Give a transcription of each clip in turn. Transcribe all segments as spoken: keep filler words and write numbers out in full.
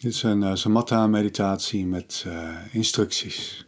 Dit is een uh, samatha meditatie met uh, instructies.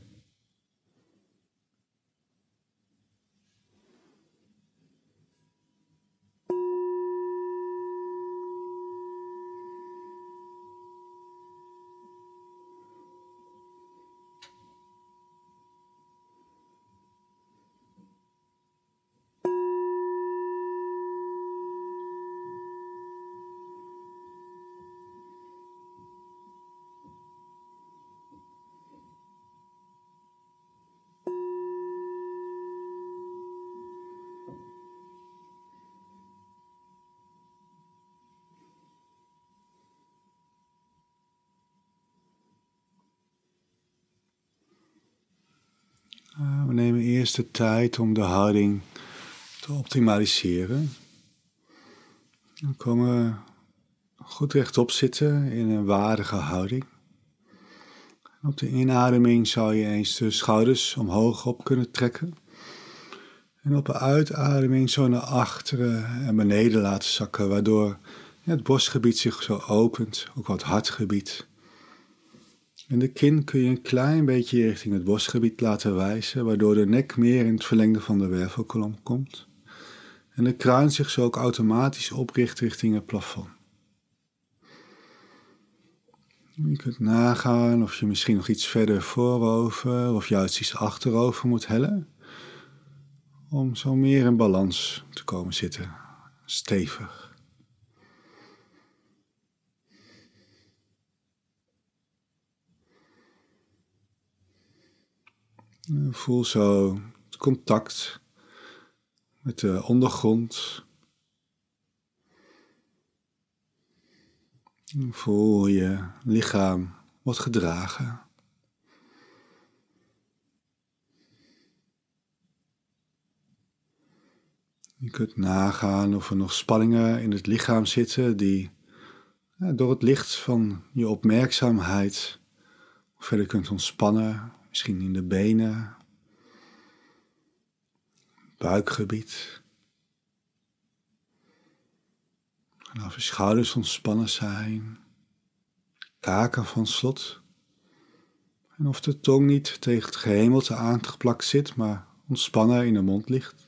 Uh, we nemen eerst de tijd om de houding te optimaliseren. We komen goed rechtop zitten in een waardige houding. Op de inademing zou je eens de schouders omhoog op kunnen trekken. En op de uitademing zo naar achteren en beneden laten zakken, waardoor het borstgebied zich zo opent, ook wat hartgebied. En de kin kun je een klein beetje richting het borstgebied laten wijzen, waardoor de nek meer in het verlengde van de wervelkolom komt. En de kruin zich zo ook automatisch opricht richting het plafond. Je kunt nagaan of je misschien nog iets verder voorover of juist iets achterover moet hellen. Om zo meer in balans te komen zitten, stevig. Voel zo het contact met de ondergrond. Voel hoe je lichaam wordt gedragen. Je kunt nagaan of er nog spanningen in het lichaam zitten die ja, door het licht van je opmerkzaamheid verder kunt ontspannen. Misschien in de benen, buikgebied. En of je schouders ontspannen zijn, kaken van slot. En of de tong niet tegen het gehemelte aangeplakt zit, maar ontspannen in de mond ligt.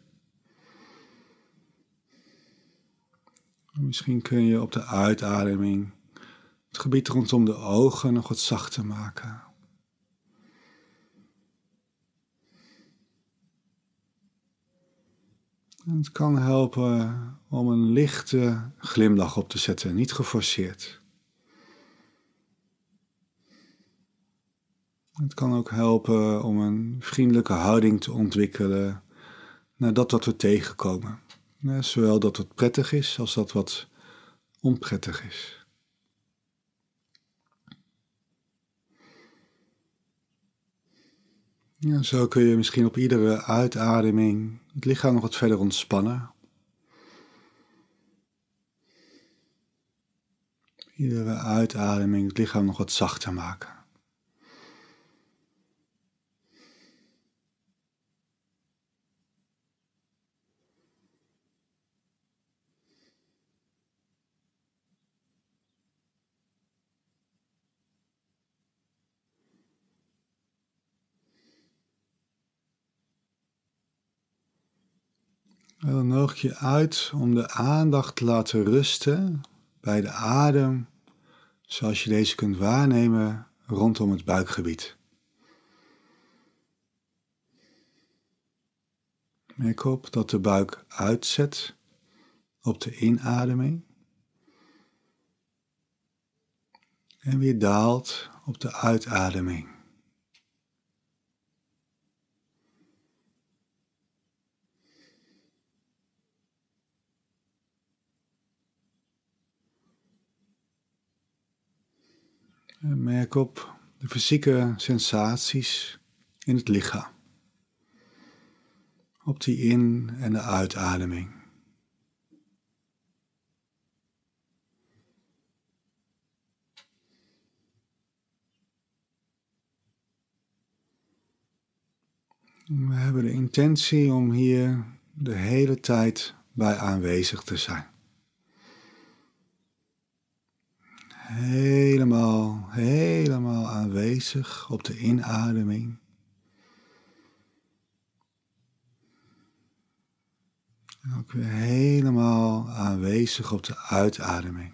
En misschien kun je op de uitademing het gebied rondom de ogen nog wat zachter maken. En het kan helpen om een lichte glimlach op te zetten, niet geforceerd. Het kan ook helpen om een vriendelijke houding te ontwikkelen naar dat wat we tegenkomen. Ja, zowel dat wat prettig is als dat wat onprettig is. Ja, zo kun je misschien op iedere uitademing het lichaam nog wat verder ontspannen. Iedere uitademing het lichaam nog wat zachter maken. En dan nodig je uit om de aandacht te laten rusten bij de adem, zoals je deze kunt waarnemen rondom het buikgebied. Merk op dat de buik uitzet op de inademing en weer daalt op de uitademing. En merk op de fysieke sensaties in het lichaam. Op die in- en de uitademing. We hebben de intentie om hier de hele tijd bij aanwezig te zijn. Helemaal, helemaal aanwezig op de inademing. En ook weer helemaal aanwezig op de uitademing.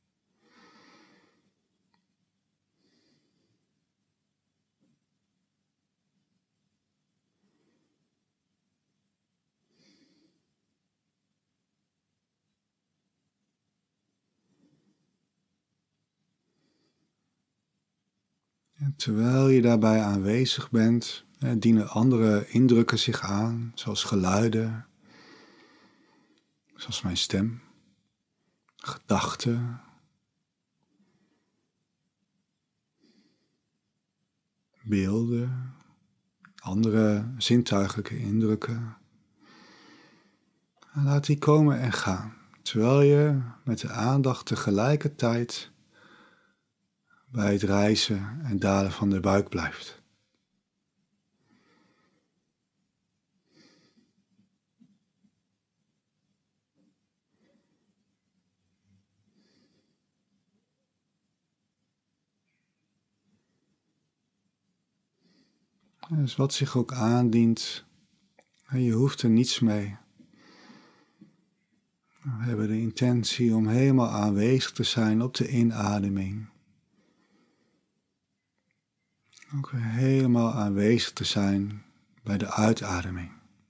En terwijl je daarbij aanwezig bent, dienen andere indrukken zich aan, zoals geluiden, zoals mijn stem, gedachten, beelden, andere zintuigelijke indrukken. En laat die komen en gaan, terwijl je met de aandacht tegelijkertijd bij het rijzen en dalen van de buik blijft. Dus wat zich ook aandient, je hoeft er niets mee. We hebben de intentie om helemaal aanwezig te zijn op de inademing. Ook weer helemaal aanwezig te zijn bij de uitademing.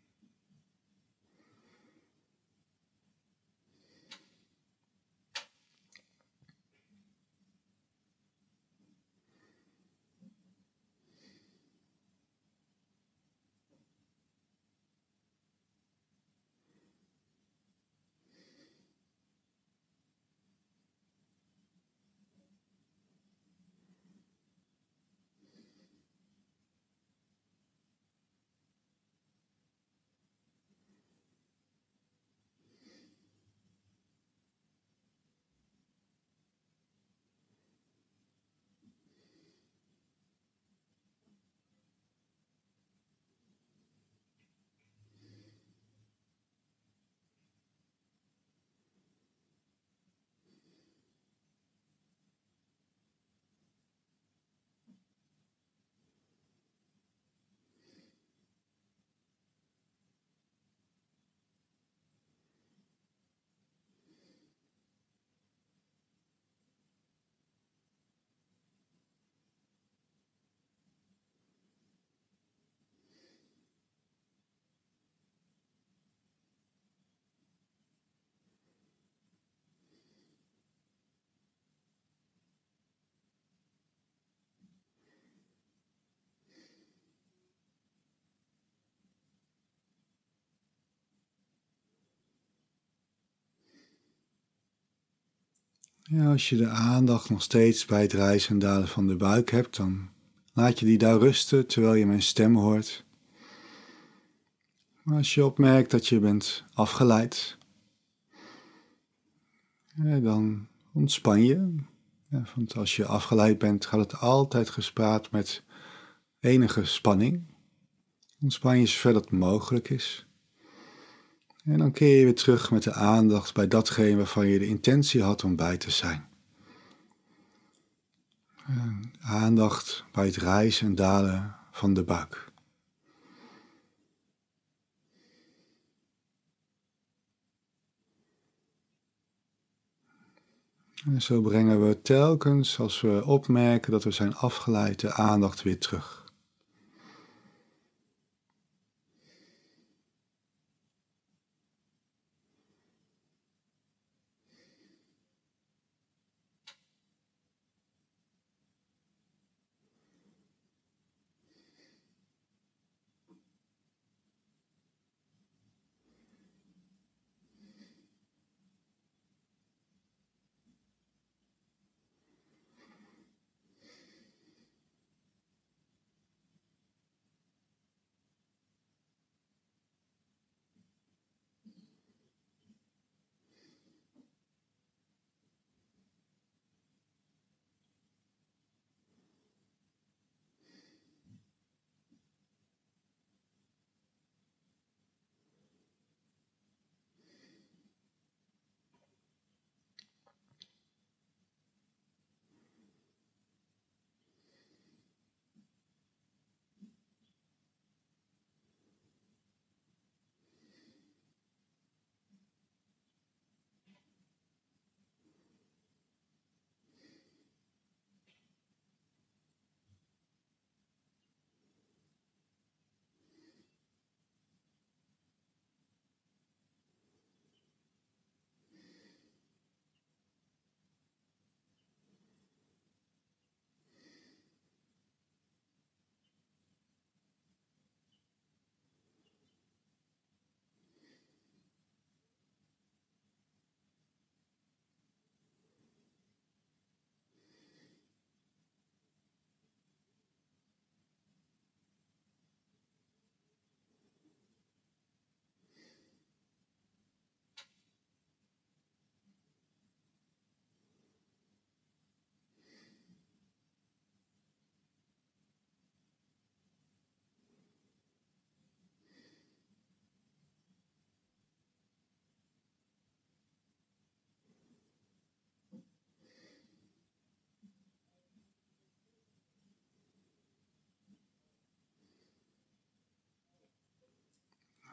Ja, als je de aandacht nog steeds bij het rijzen en dalen van de buik hebt, dan laat je die daar rusten terwijl je mijn stem hoort. Maar als je opmerkt dat je bent afgeleid, ja, dan ontspan je. Ja, want als je afgeleid bent, gaat het altijd gespaard met enige spanning. Ontspan je zover dat mogelijk is. En dan keer je weer terug met de aandacht bij datgene waarvan je de intentie had om bij te zijn. En aandacht bij het rijzen en dalen van de buik. En zo brengen we telkens, als we opmerken dat we zijn afgeleid, de aandacht weer terug.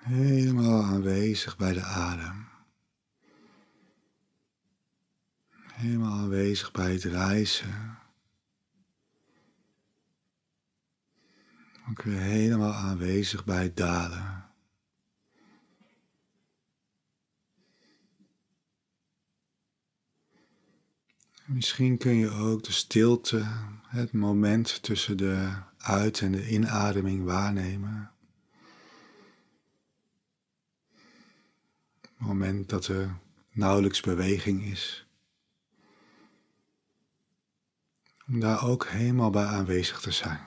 Helemaal aanwezig bij de adem. Helemaal aanwezig bij het reizen. Ook weer helemaal aanwezig bij het dalen. Misschien kun je ook de stilte, het moment tussen de uit- en de inademing waarnemen. Het moment dat er nauwelijks beweging is. Om daar ook helemaal bij aanwezig te zijn.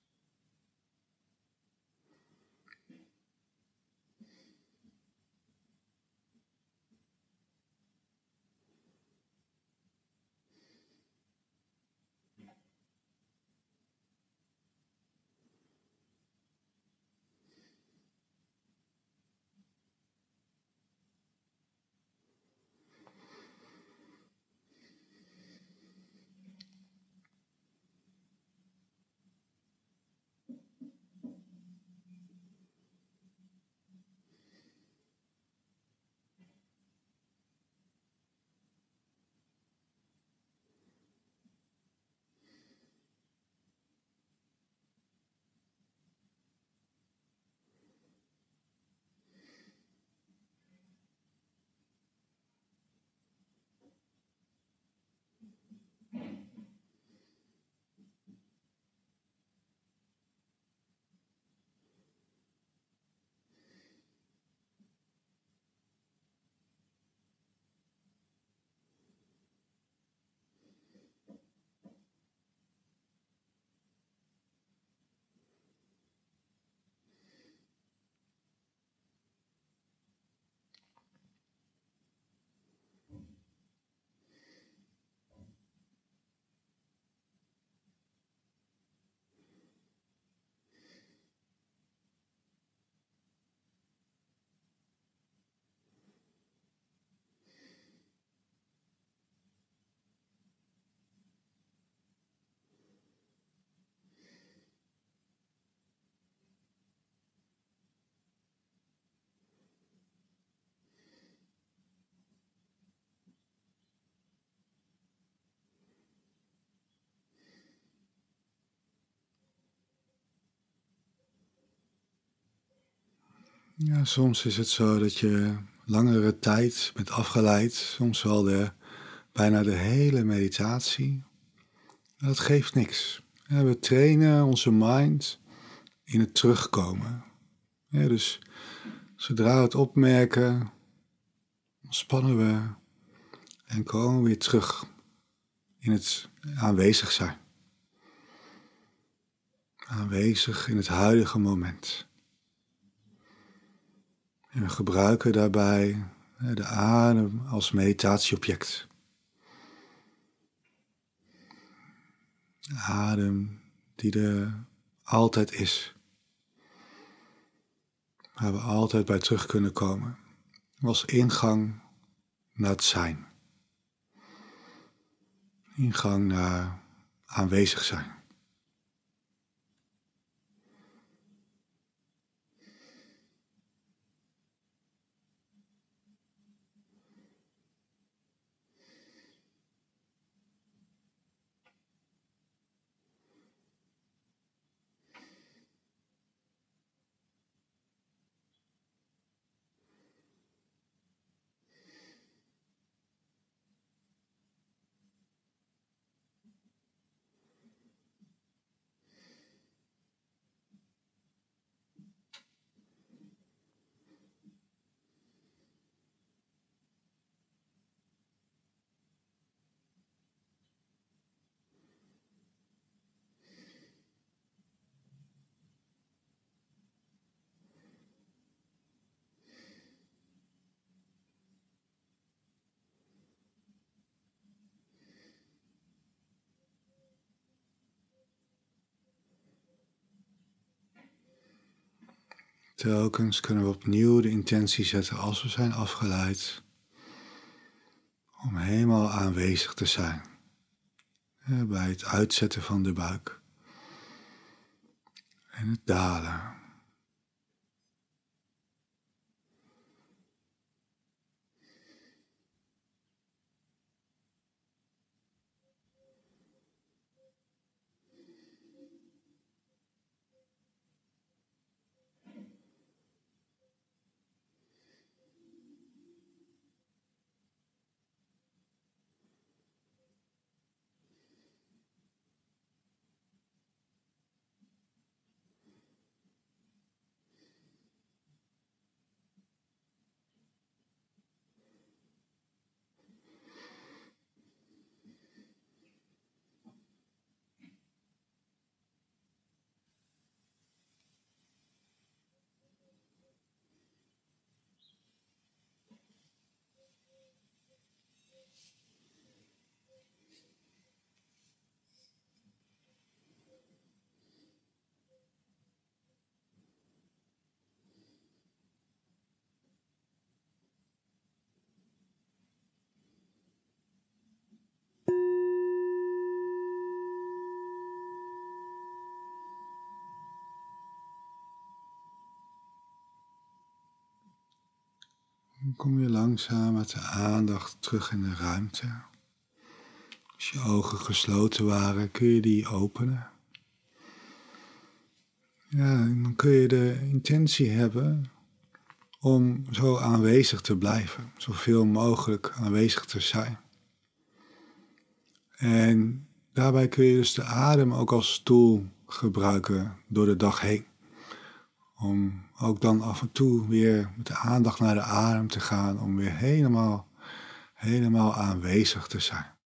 Ja, soms is het zo dat je langere tijd bent afgeleid, soms wel de, bijna de hele meditatie. Dat geeft niks. Ja, we trainen onze mind in het terugkomen. Ja, dus zodra we het opmerken, ontspannen we en komen we weer terug in het aanwezig zijn. Aanwezig in het huidige moment. En we gebruiken daarbij de adem als meditatieobject. De adem die er altijd is. Waar we altijd bij terug kunnen komen. Als ingang naar het zijn. Ingang naar aanwezig zijn. Telkens kunnen we opnieuw de intentie zetten als we zijn afgeleid. Om helemaal aanwezig te zijn. Bij het uitzetten van de buik. En het dalen. Dan kom je langzaam met de aandacht terug in de ruimte. Als je ogen gesloten waren, kun je die openen. Ja, en dan kun je de intentie hebben om zo aanwezig te blijven. Zoveel mogelijk aanwezig te zijn. En daarbij kun je dus de adem ook als tool gebruiken door de dag heen. Om ook dan af en toe weer met de aandacht naar de adem te gaan. Om weer helemaal, helemaal aanwezig te zijn.